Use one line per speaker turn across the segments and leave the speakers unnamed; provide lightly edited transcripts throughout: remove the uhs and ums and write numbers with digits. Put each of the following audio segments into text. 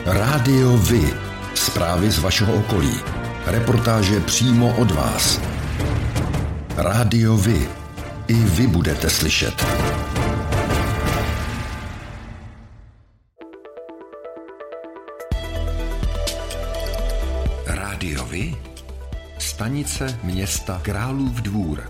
Rádio Vy. Zprávy z vašeho okolí. Reportáže přímo od vás. Rádio Vy. I vy budete slyšet. Rádio Vy. Stanice města Králův Dvůr.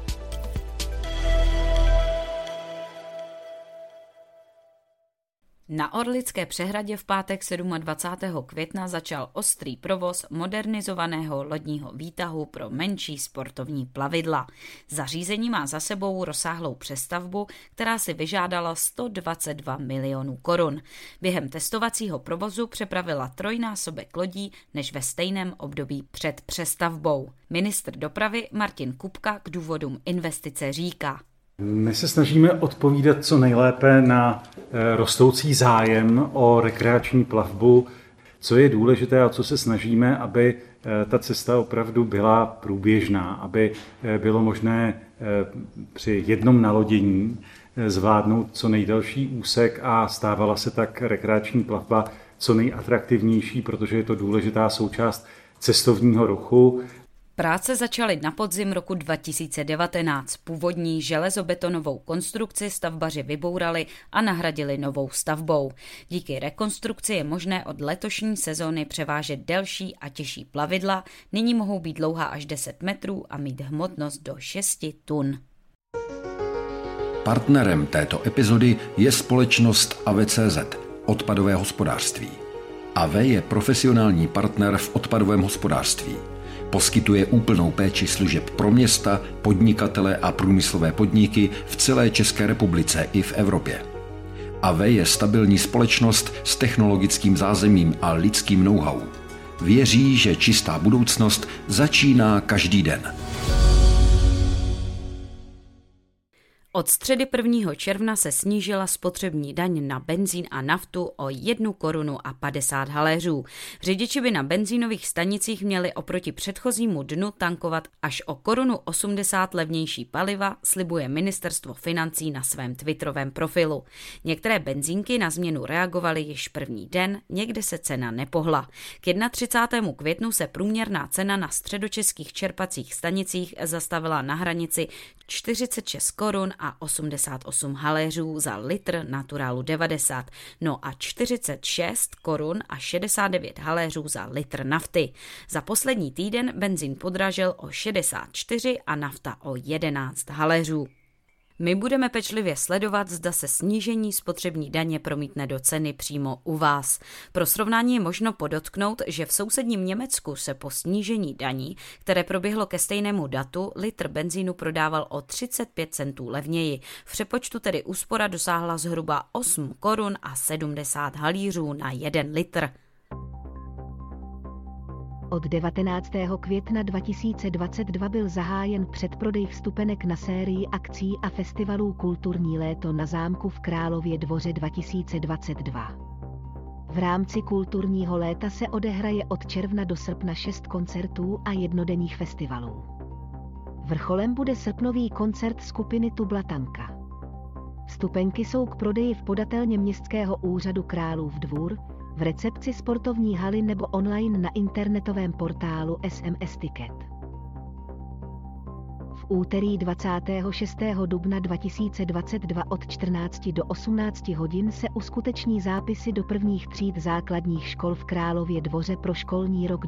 Na Orlické přehradě v pátek 27. května začal ostrý provoz modernizovaného lodního výtahu pro menší sportovní plavidla. Zařízení má za sebou rozsáhlou přestavbu, která si vyžádala 122 milionů korun. Během testovacího provozu přepravila trojnásobek lodí než ve stejném období před přestavbou. Ministr dopravy Martin Kupka k důvodům investice říká:
My se snažíme odpovídat co nejlépe na rostoucí zájem o rekreační plavbu, co je důležité a co se snažíme, aby ta cesta opravdu byla průběžná, aby bylo možné při jednom nalodění zvládnout co nejdelší úsek a stávala se tak rekreační plavba co nejatraktivnější, protože je to důležitá součást cestovního ruchu.
Práce začaly na podzim roku 2019. Původní železobetonovou konstrukci stavbaři vybourali a nahradili novou stavbou. Díky rekonstrukci je možné od letošní sezóny převážet delší a těžší plavidla. Nyní mohou být dlouhá až 10 metrů a mít hmotnost do 6 tun.
Partnerem této epizody je společnost AVCZ, odpadové hospodářství. AV je profesionální partner v odpadovém hospodářství. Poskytuje úplnou péči služeb pro města, podnikatele a průmyslové podniky v celé České republice i v Evropě. AV je stabilní společnost s technologickým zázemím a lidským know-how. Věří, že čistá budoucnost začíná každý den.
Od středy 1. června se snížila spotřební daň na benzín a naftu o 1 korunu a 50 haléřů. Řidiči by na benzínových stanicích měli oproti předchozímu dnu tankovat až o 1,80 levnější paliva, slibuje Ministerstvo financí na svém twitterovém profilu. Některé benzínky na změnu reagovaly již první den, někde se cena nepohla. K 31. květnu se průměrná cena na středočeských čerpacích stanicích zastavila na hranici 46 korun a 88 haléřů za litr naturálu 90, no a 46 korun a 69 haléřů za litr nafty. Za poslední týden benzín podražil o 64 a nafta o 11 haléřů. My budeme pečlivě sledovat, zda se snížení spotřební daně promítne do ceny přímo u vás. Pro srovnání je možno podotknout, že v sousedním Německu se po snížení daní, které proběhlo ke stejnému datu, litr benzínu prodával o 35 centů levněji. V přepočtu tedy úspora dosáhla zhruba 8 korun a 70 halířů na 1 litr.
Od 19. května 2022 byl zahájen předprodej vstupenek na sérii akcí a festivalů Kulturní léto na zámku v Králově Dvoře 2022. V rámci kulturního léta se odehraje od června do srpna 6 koncertů a jednodenních festivalů. Vrcholem bude srpnový koncert skupiny Tublatanka. Vstupenky jsou k prodeji v podatelně Městského úřadu Králův Dvůr, v recepci sportovní haly nebo online na internetovém portálu SMS Ticket. V úterý 26. dubna 2022 od 14 do 18 hodin se uskuteční zápisy do prvních tříd základních škol v Králově Dvoře pro školní rok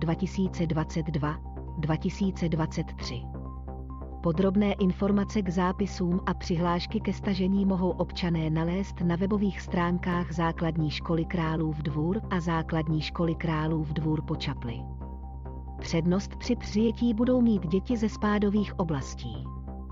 2022-2023. Podrobné informace k zápisům a přihlášky ke stažení mohou občané nalézt na webových stránkách Základní školy Králův Dvůr a Základní školy Králův Dvůr po Čapli. Přednost při přijetí budou mít děti ze spádových oblastí.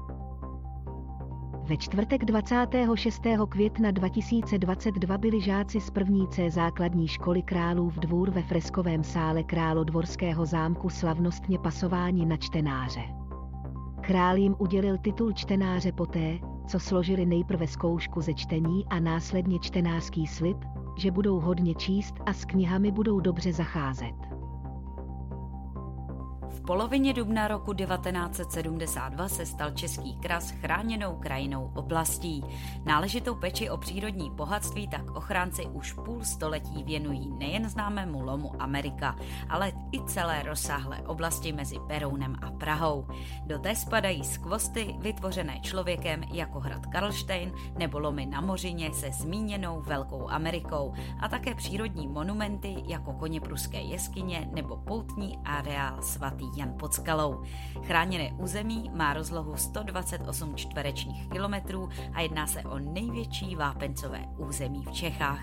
Ve čtvrtek 26. května 2022 byli žáci z 1. C základní školy Králův Dvůr ve freskovém sále Královédvorského zámku slavnostně pasováni na čtenáře. Král jim udělil titul čtenáře poté, co složili nejprve zkoušku ze čtení a následně čtenářský slib, že budou hodně číst a s knihami budou dobře zacházet.
V polovině dubna roku 1972 se stal Český Kras chráněnou krajinnou oblastí. Náležitou péči o přírodní bohatství tak ochránci už půl století věnují nejen známému lomu Amerika, ale i celé rozsáhlé oblasti mezi Berounem a Prahou. Do té spadají skvosty vytvořené člověkem jako hrad Karlštejn nebo lomy na Mořině se zmíněnou Velkou Amerikou a také přírodní monumenty jako Koněpruské jeskyně nebo poutní areál svatý Jan pod Skalou. Chráněné území má rozlohu 128 čtverečních kilometrů a jedná se o největší vápencové území v Čechách.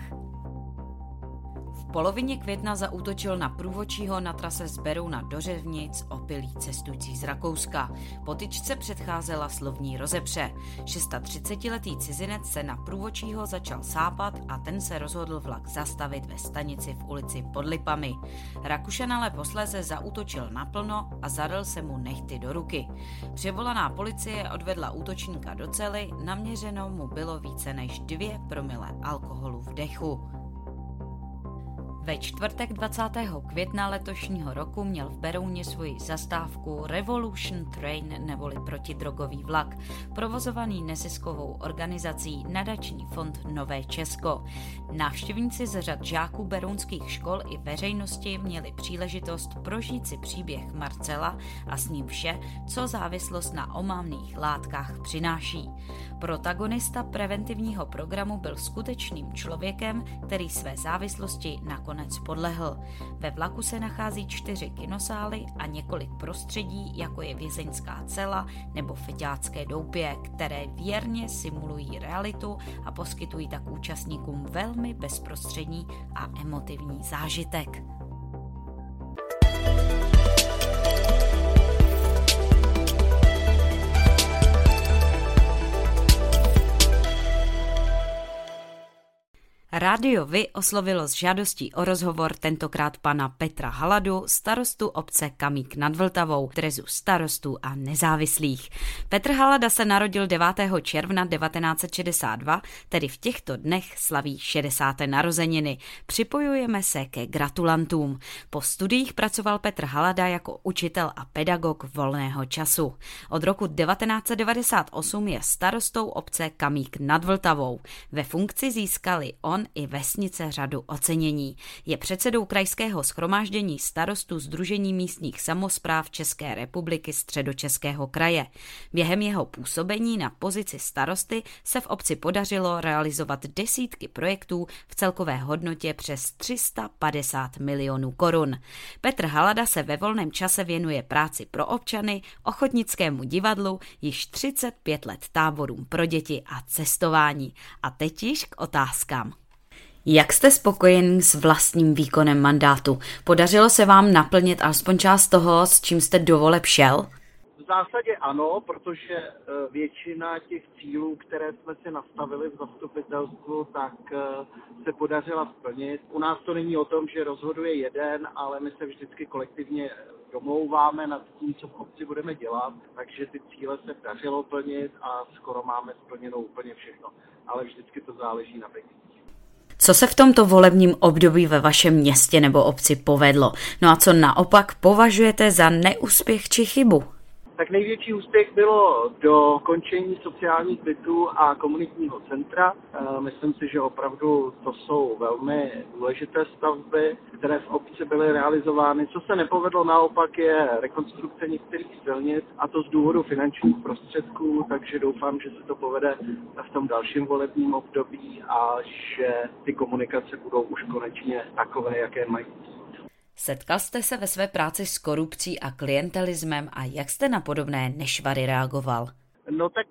V polovině května zaútočil na průvodčího na trase z Berouna do Řevnic opilý cestující z Rakouska. Potyčce předcházela slovní rozepře. 36letý cizinec se na průvodčího začal sápat a ten se rozhodl vlak zastavit ve stanici v ulici Pod Lipami. Rakušan ale posléze zaútočil naplno a zadal se mu nehty do ruky. Přivolaná policie odvedla útočníka do cely, naměřeno mu bylo více než 2 promile alkoholu v dechu. Ve čtvrtek 20. května letošního roku měl v Berouně svoji zastávku Revolution Train neboli protidrogový vlak, provozovaný neziskovou organizací Nadační fond Nové Česko. Návštěvníci z řad žáků berounských škol i veřejnosti měli příležitost prožít si příběh Marcela a s ním vše, co závislost na omamných látkách přináší. Protagonista preventivního programu byl skutečným člověkem, který své závislosti nakonec podlehl. Ve vlaku se nachází 4 kinosály a několik prostředí, jako je vězeňská cela nebo feťácké doupě, které věrně simulují realitu a poskytují tak účastníkům velmi bezprostřední a emotivní zážitek. Rádio Vy oslovilo s žádostí o rozhovor tentokrát pana Petra Haladu, starostu obce Kamík nad Vltavou, drezu starostů a nezávislých. Petr Halada se narodil 9. června 1962, tedy v těchto dnech slaví 60. narozeniny. Připojujeme se ke gratulantům. Po studiích pracoval Petr Halada jako učitel a pedagog volného času. Od roku 1998 je starostou obce Kamík nad Vltavou. Ve funkci získali on i vesnice řadu ocenění. Je předsedou krajského shromáždění starostů Sdružení místních samospráv České republiky Středočeského kraje. Během jeho působení na pozici starosty se v obci podařilo realizovat desítky projektů v celkové hodnotě přes 350 milionů korun. Petr Halada se ve volném čase věnuje práci pro občany, ochotnickému divadlu, již 35 let táborům pro děti a cestování. A teď již k otázkám. Jak jste spokojen s vlastním výkonem mandátu? Podařilo se vám naplnit alespoň část toho, s čím jste do voleb šel?
V zásadě ano, protože většina těch cílů, které jsme si nastavili v zastupitelstvu, tak se podařila splnit. U nás to není o tom, že rozhoduje jeden, ale my se vždycky kolektivně domlouváme nad tím, co v obci budeme dělat, takže ty cíle se dařilo plnit a skoro máme splněno úplně všechno, ale vždycky to záleží na penězích.
Co se v tomto volebním období ve vašem městě nebo obci povedlo? No a co naopak považujete za neúspěch či chybu?
Tak největší úspěch bylo dokončení sociálních bytů a komunitního centra. Myslím si, že opravdu to jsou velmi důležité stavby, které v obci byly realizovány. Co se nepovedlo naopak je rekonstrukce některých silnic, a to z důvodu finančních prostředků, takže doufám, že se to povede v tom dalším volebním období a že ty komunikace budou už konečně takové, jaké mají.
Setkal jste se ve své práci s korupcí a klientelismem a jak jste na podobné nešvary reagoval?
No tak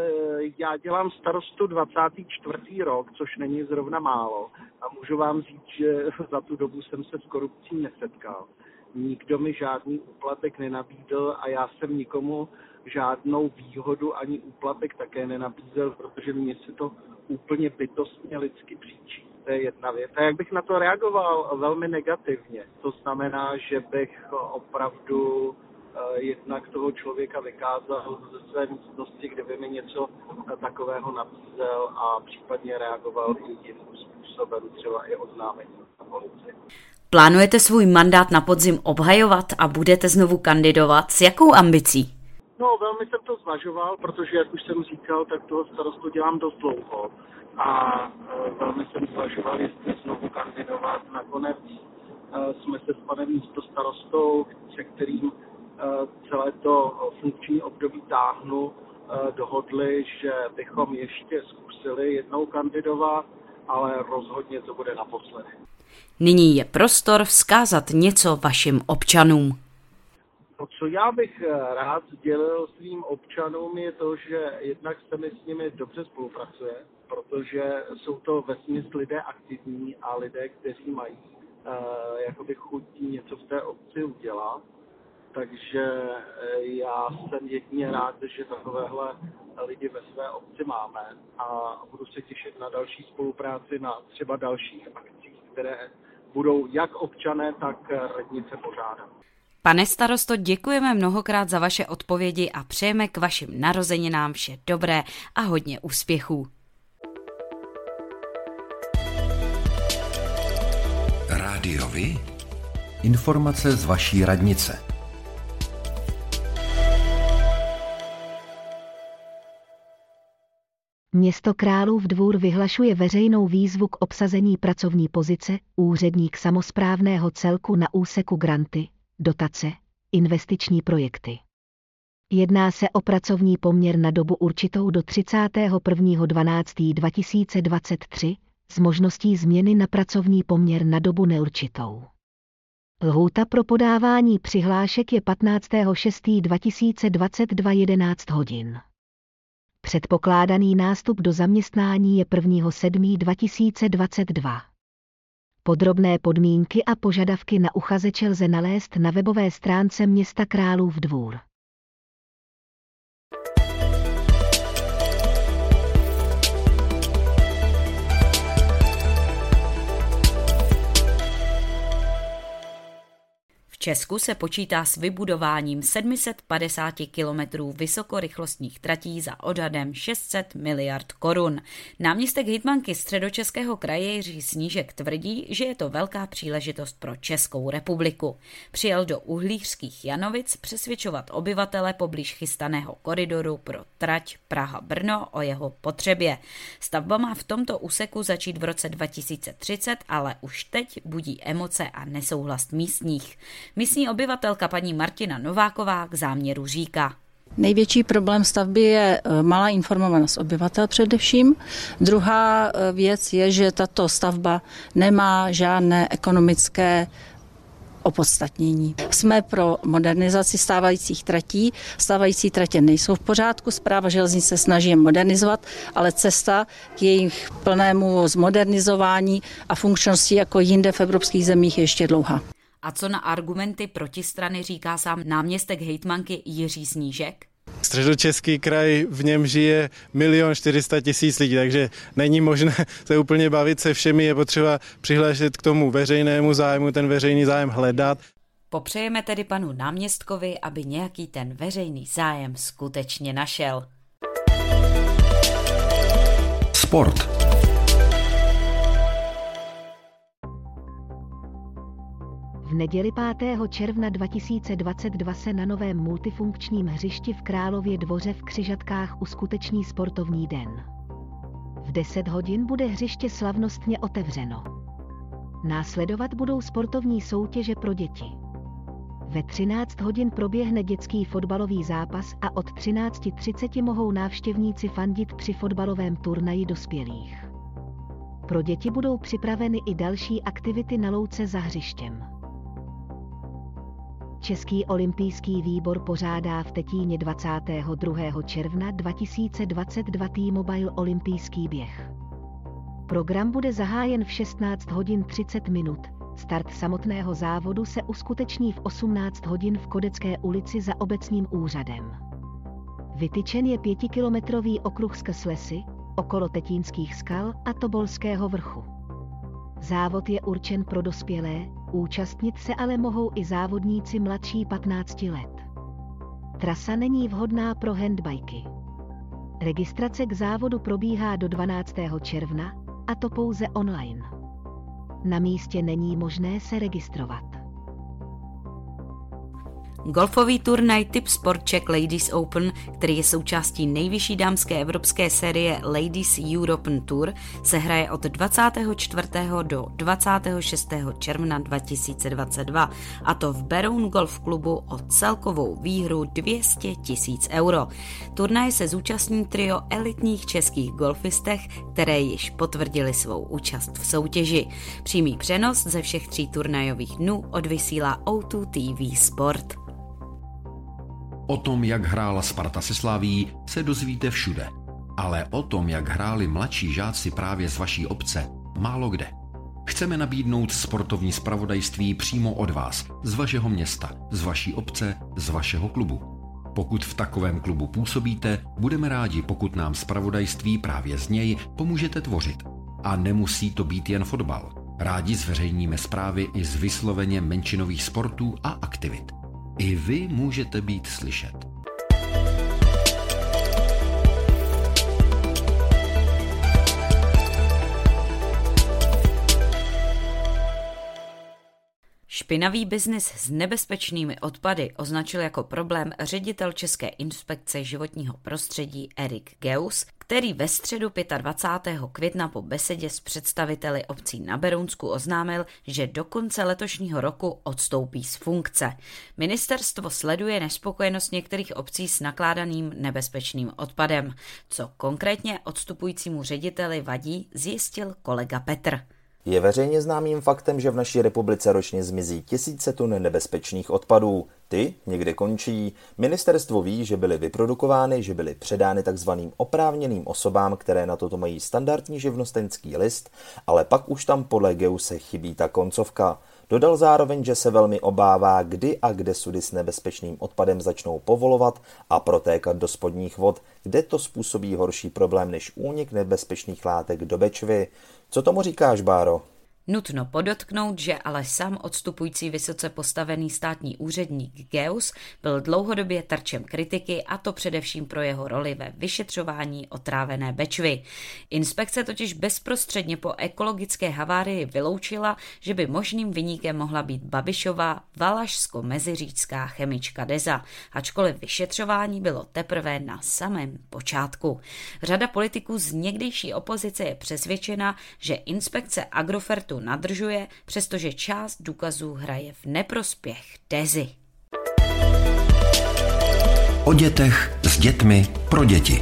já dělám starostu 24. rok, což není zrovna málo. A můžu vám říct, že za tu dobu jsem se s korupcí nesetkal. Nikdo mi žádný úplatek nenabídl a já jsem nikomu žádnou výhodu ani úplatek také nenabízel, protože mě se to úplně bytostně lidsky příčí. To je jedna věc. A jak bych na to reagoval? Velmi negativně. To znamená, že bych opravdu jednak toho člověka vykázal ze své místnosti, kde by mi něco takového nabízel a případně reagoval i jiným způsobem, třeba i oznámení na policii.
Plánujete svůj mandát na podzim obhajovat a budete znovu kandidovat? S jakou ambicí?
No, velmi jsem to zvažoval, protože, jak už jsem říkal, tak toho starostu dělám dost dlouho. A velmi jsem zvažoval, jestli znovu kandidovat. Nakonec jsme se s panem místostarostou, se kterým celé to funkční období táhnu, dohodli, že bychom ještě zkusili jednou kandidovat, ale rozhodně to bude naposledy.
Nyní je prostor vzkázat něco vašim občanům.
To, co já bych rád sdělil svým občanům, je to, že jednak se mi s nimi dobře spolupracuje, protože jsou to vesměs lidé aktivní a lidé, kteří mají jakoby chuť něco v té obci udělat. Takže já jsem jedině rád, že takovéhle lidi ve své obci máme a budu se těšit na další spolupráci na třeba dalších akcích, které budou jak občané, tak radnice pořádat.
Pane starosto, děkujeme mnohokrát za vaše odpovědi a přejeme k vašim narozeninám vše dobré a hodně úspěchů.
Rádiovi? Informace z vaší radnice.
Město Králův Dvůr vyhlašuje veřejnou výzvu k obsazení pracovní pozice úředník samosprávného celku na úseku granty, dotace, investiční projekty. Jedná se o pracovní poměr na dobu určitou do 31.12.2023 s možností změny na pracovní poměr na dobu neurčitou. Lhůta pro podávání přihlášek je 15.6.2022 11 hodin. Předpokládaný nástup do zaměstnání je 1.7.2022. Podrobné podmínky a požadavky na uchazeče lze nalézt na webové stránce města Králův Dvůr.
V Česku se počítá s vybudováním 750 kilometrů vysokorychlostních tratí za odhadem 600 miliard korun. Náměstek hejtmanky Středočeského kraje Jiří Snížek tvrdí, že je to velká příležitost pro Českou republiku. Přijel do uhlířských Janovic přesvědčovat obyvatele poblíž chystaného koridoru pro trať Praha-Brno o jeho potřebě. Stavba má v tomto úseku začít v roce 2030, ale už teď budí emoce a nesouhlas místních. Místní obyvatelka paní Martina Nováková k záměru říká.
Největší problém stavby je malá informovanost obyvatel především. Druhá věc je, že tato stavba nemá žádné ekonomické opodstatnění. Jsme pro modernizaci stávajících tratí. Stávající tratě nejsou v pořádku, Správa železnice snaží je modernizovat, ale cesta k jejich plnému zmodernizování a funkčnosti jako jinde v evropských zemích je ještě dlouhá.
A co na argumenty protistrany říká sám náměstek hejtmanky Jiří Snížek?
Středočeský kraj, v něm žije 1 400 000 lidí, takže není možné se úplně bavit se všemi, je potřeba přihlédnout k tomu veřejnému zájmu, ten veřejný zájem hledat.
Popřejeme tedy panu náměstkovi, aby nějaký ten veřejný zájem skutečně našel.
Sport.
V neděli 5. června 2022 se na novém multifunkčním hřišti v Králově Dvoře v Křižatkách uskuteční sportovní den. V 10 hodin bude hřiště slavnostně otevřeno. Následovat budou sportovní soutěže pro děti. Ve 13 hodin proběhne dětský fotbalový zápas a od 13:30 mohou návštěvníci fandit při fotbalovém turnaji dospělých. Pro děti budou připraveny i další aktivity na louce za hřištěm. Český olympijský výbor pořádá v Tetíně 22. června 2022 T-Mobile olympijský běh. Program bude zahájen v 16 hodin 30 minut. Start samotného závodu se uskuteční v 18 hodin v Kodecké ulici za obecním úřadem. Vytyčen je 5kilometrový okruh skrz lesy, okolo Tetínských skal a Tobolského vrchu. Závod je určen pro dospělé, účastnit se ale mohou i závodníci mladší 15 let. Trasa není vhodná pro handbajky. Registrace k závodu probíhá do 12. června, a to pouze online. Na místě není možné se registrovat.
Golfový turnaj Tip Sport Czech Ladies Open, který je součástí nejvyšší dámské evropské série Ladies European Tour, se hraje od 24. do 26. června 2022, a to v Beroun Golf klubu o celkovou výhru 200 000 euro. Turnaje se zúčastní trio elitních českých golfistech, které již potvrdili svou účast v soutěži. Přímý přenos ze všech 3 turnajových dnů odvysílá O2 TV Sport.
O tom, jak hrála Sparta se Slavií, se dozvíte všude. Ale o tom, jak hráli mladší žáci právě z vaší obce, málo kde. Chceme nabídnout sportovní zpravodajství přímo od vás, z vašeho města, z vaší obce, z vašeho klubu. Pokud v takovém klubu působíte, budeme rádi, pokud nám zpravodajství právě z něj pomůžete tvořit. A nemusí to být jen fotbal. Rádi zveřejníme zprávy i z vysloveně menšinových sportů a aktivit. I vy můžete být slyšet.
Špinavý biznis s nebezpečnými odpady označil jako problém ředitel České inspekce životního prostředí Erik Geus, který ve středu 25. května po besedě s představiteli obcí na Berounsku oznámil, že do konce letošního roku odstoupí z funkce. Ministerstvo sleduje nespokojenost některých obcí s nakládaným nebezpečným odpadem. Co konkrétně odstupujícímu řediteli vadí, zjistil kolega Petr.
Je veřejně známým faktem, že v naší republice ročně zmizí tisíce tun nebezpečných odpadů. Ty někde končí. Ministerstvo ví, že byly vyprodukovány, že byly předány takzvaným oprávněným osobám, které na toto mají standardní živnostenský list, ale pak už tam podle Geuse chybí ta koncovka. Dodal zároveň, že se velmi obává, kdy a kde sudy s nebezpečným odpadem začnou povolovat a protékat do spodních vod, kde to způsobí horší problém než únik nebezpečných látek do Bečvy. Co tomu říkáš, Báro?
Nutno podotknout, že ale sám odstupující vysoce postavený státní úředník Geus byl dlouhodobě terčem kritiky, a to především pro jeho roli ve vyšetřování otrávené Bečvy. Inspekce totiž bezprostředně po ekologické havárii vyloučila, že by možným viníkem mohla být Babišova valašsko-meziříčská chemička Deza, ačkoliv vyšetřování bylo teprve na samém počátku. Řada politiků z někdejší opozice je přesvědčena, že inspekce Agrofertu nadržuje, přestože část důkazů hraje v neprospěch Dezy.
O dětech, s dětmi, pro děti.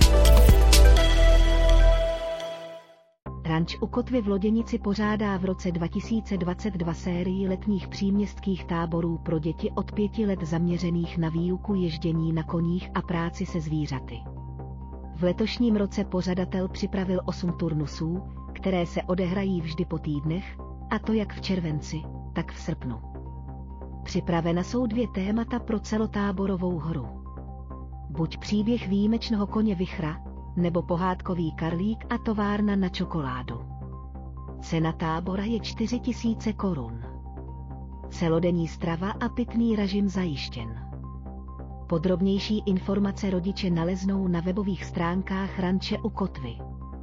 Ranč u Kotvy v Loděnici pořádá v roce 2022 sérii letních příměstských táborů pro děti od 5 let zaměřených na výuku ježdění na koních a práci se zvířaty. V letošním roce pořadatel připravil 8 turnusů, které se odehrají vždy po týdnech, a to jak v červenci, tak v srpnu. Připravena jsou 2 témata pro celotáborovou hru. Buď příběh výjimečného koně Vichra, nebo pohádkový Karlík a továrna na čokoládu. Cena tábora je 4 000 korun. Celodenní strava a pitný režim zajištěn. Podrobnější informace rodiče naleznou na webových stránkách Ranče u Kotvy.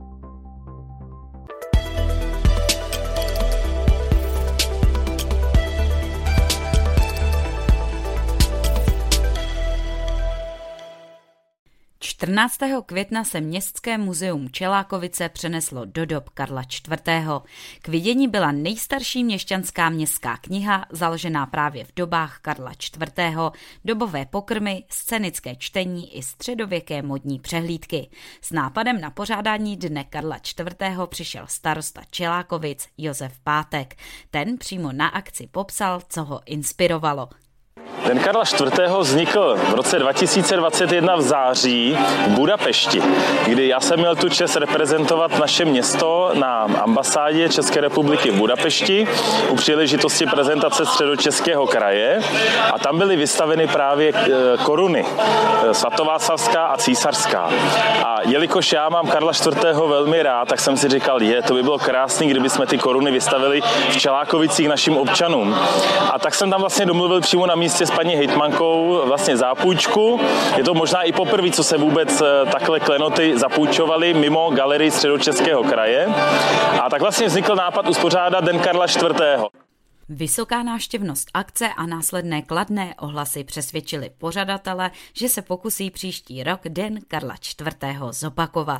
– 14. května se Městské muzeum Čelákovice přeneslo do dob Karla IV. K vidění byla nejstarší měšťanská městská kniha, založená právě v dobách Karla IV., dobové pokrmy, scénické čtení i středověké modní přehlídky. S nápadem na pořádání dne Karla IV. Přišel starosta Čelákovic Josef Pátek. Ten přímo na akci popsal, co ho inspirovalo.
Den Karla IV. Vznikl v roce 2021 v září v Budapešti, kdy já jsem měl tu čest reprezentovat naše město na ambasádě České republiky v Budapešti u příležitosti prezentace Středočeského kraje, a tam byly vystaveny právě koruny svatováclavská a císařská. A jelikož já mám Karla IV. Velmi rád, tak jsem si říkal, to by bylo krásný, kdyby jsme ty koruny vystavili v Čelákovicích našim občanům. A tak jsem tam vlastně domluvil přímo na místě s paní hejtmankou vlastně zápůjčku. Je to možná i poprvé, co se vůbec takhle klenoty zapůjčovaly mimo galerii Středočeského kraje. A tak vlastně vznikl nápad uspořádat Den Karla IV.
Vysoká návštěvnost akce a následné kladné ohlasy přesvědčili pořadatele, že se pokusí příští rok Den Karla IV. Zopakovat.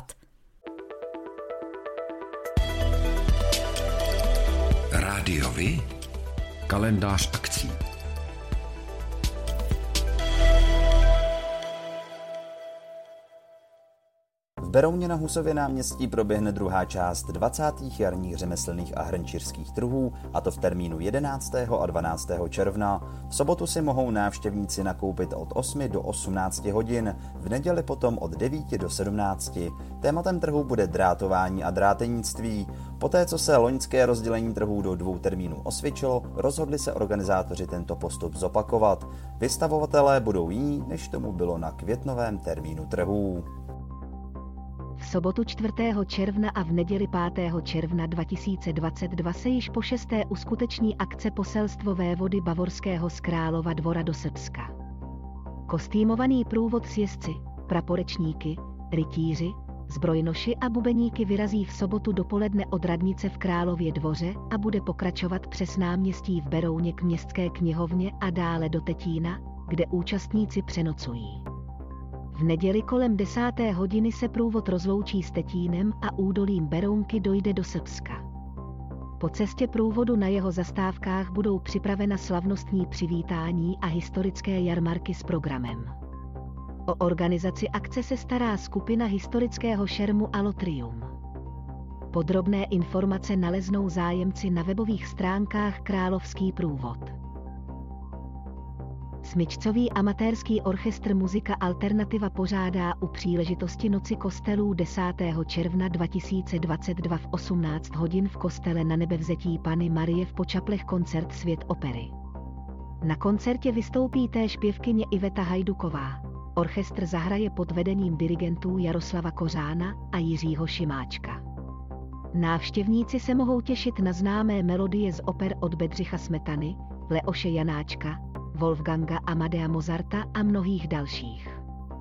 Rádiovi kalendář akcí.
V Berouně na Husově náměstí proběhne druhá část 20. jarních řemeslných a hrnčířských trhů, a to v termínu 11. a 12. června. V sobotu si mohou návštěvníci nakoupit od 8 do 18 hodin, v neděli potom od 9 do 17. Tématem trhu bude drátování a drátenictví. Poté, co se loňské rozdělení trhů do 2 termínů osvědčilo, rozhodli se organizátoři tento postup zopakovat. Vystavovatelé budou jiní, než tomu bylo na květnovém termínu trhů.
V sobotu 4. června a v neděli 5. června 2022 se již po 6. uskuteční akce Poselstvo vévody Bavorského z Králova Dvora do Srbska. Kostýmovaný průvod s jezdci, praporečníky, rytíři, zbrojnoši a bubeníky vyrazí v sobotu dopoledne od radnice v Králově Dvoře a bude pokračovat přes náměstí v Berouně k městské knihovně a dále do Tetína, kde účastníci přenocují. V neděli kolem 10. hodiny se průvod rozloučí s Tetínem a údolím Berounky dojde do Srbska. Po cestě průvodu na jeho zastávkách budou připravena slavnostní přivítání a historické jarmarky s programem. O organizaci akce se stará skupina historického šermu Alotrium. Podrobné informace naleznou zájemci na webových stránkách Královský průvod. Smyčcový amatérský orchestr Muzika Alternativa pořádá u příležitosti Noci kostelů 10. června 2022 v 18 hodin v kostele Na Nebevzetí Panny Marie v Počaplech koncert Svět opery. Na koncertě vystoupí též zpěvkyně Iveta Hajduková. Orchestr zahraje pod vedením dirigentů Jaroslava Kořána a Jiřího Šimáčka. Návštěvníci se mohou těšit na známé melodie z oper od Bedřicha Smetany, Leoše Janáčka, Wolfganga Amadea Mozarta a mnohých dalších.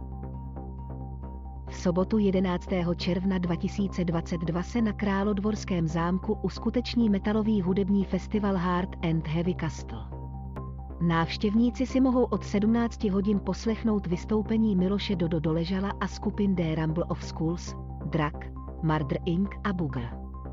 V sobotu 11. června 2022 se na Královodvorském zámku uskuteční metalový hudební festival Hard and Heavy Castle. Návštěvníci si mohou od 17 hodin poslechnout vystoupení Miloše Dodo Doležala a skupin The Rumble of Skulls, Drak, Murder Inc. a Booger.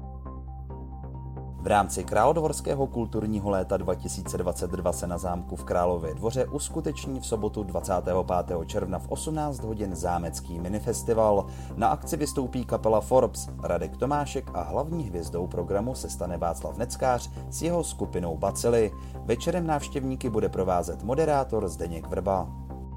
V rámci Královodvorského kulturního léta 2022 se na zámku v Králově Dvoře uskuteční v sobotu 25. června v 18 hodin zámecký minifestival. Na akci vystoupí kapela Forbes, Radek Tomášek a hlavní hvězdou programu se stane Václav Neckář s jeho skupinou Bacily. Večerem návštěvníky bude provázet moderátor Zdeněk Vrba.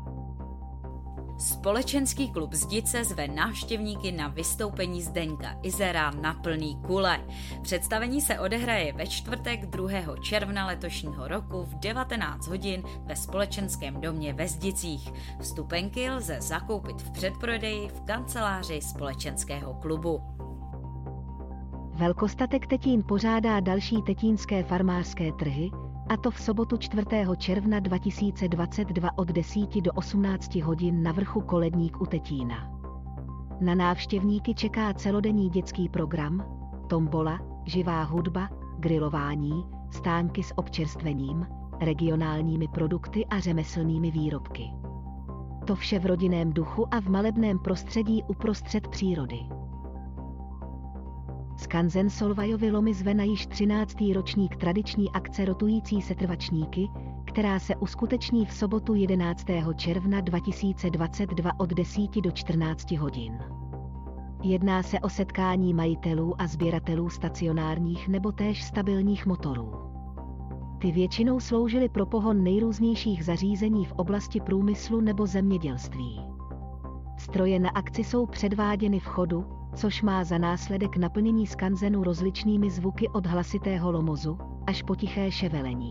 Společenský klub Zdice zve návštěvníky na vystoupení Zdeňka Izera Na plný kule. Představení se odehraje ve čtvrtek 2. června letošního roku v 19 hodin ve Společenském domě ve Zdicích. Vstupenky lze zakoupit v předprodeji v kanceláři Společenského klubu.
Velkostatek Tetín pořádá další tetínské farmářské trhy, a to v sobotu 4. června 2022 od 10 do 18 hodin na vrchu Koledník u Tetína. Na návštěvníky čeká celodenní dětský program, tombola, živá hudba, grilování, stánky s občerstvením, regionálními produkty a řemeslnými výrobky. To vše v rodinném duchu a v malebném prostředí uprostřed přírody. Skanzen Solvajovy lomy zve na již 13. ročník tradiční akce Rotující setrvačníky, která se uskuteční v sobotu 11. června 2022 od 10 do 14 hodin. Jedná se o setkání majitelů a sběratelů stacionárních nebo též stabilních motorů. Ty většinou sloužily pro pohon nejrůznějších zařízení v oblasti průmyslu nebo zemědělství. Stroje na akci jsou předváděny v chodu, což má za následek naplnění skanzenu rozličnými zvuky od hlasitého lomozu až po tiché ševelení.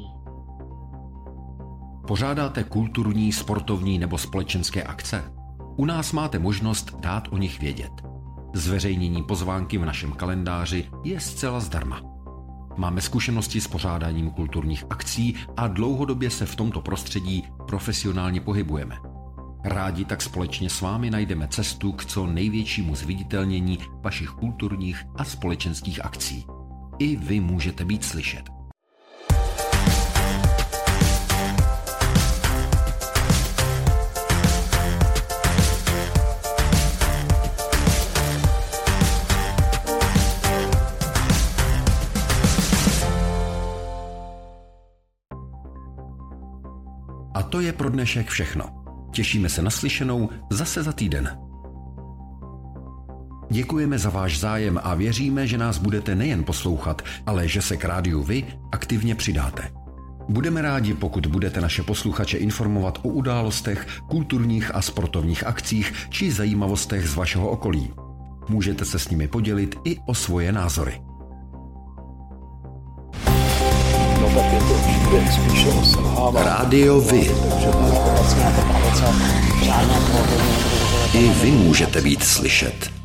Pořádáte kulturní, sportovní nebo společenské akce? U nás máte možnost dát o nich vědět. Zveřejnění pozvánky v našem kalendáři je zcela zdarma. Máme zkušenosti s pořádáním kulturních akcí a dlouhodobě se v tomto prostředí profesionálně pohybujeme. Rádi tak společně s vámi najdeme cestu k co největšímu zviditelnění vašich kulturních a společenských akcí. I vy můžete být slyšet. A to je pro dnešek všechno. Těšíme se na slyšenou zase za týden. Děkujeme za váš zájem a věříme, že nás budete nejen poslouchat, ale že se k rádiu Vy aktivně přidáte. Budeme rádi, pokud budete naše posluchače informovat o událostech, kulturních a sportovních akcích či zajímavostech z vašeho okolí. Můžete se s nimi podělit i o svoje názory. Rádio Vy. I vy můžete být slyšet.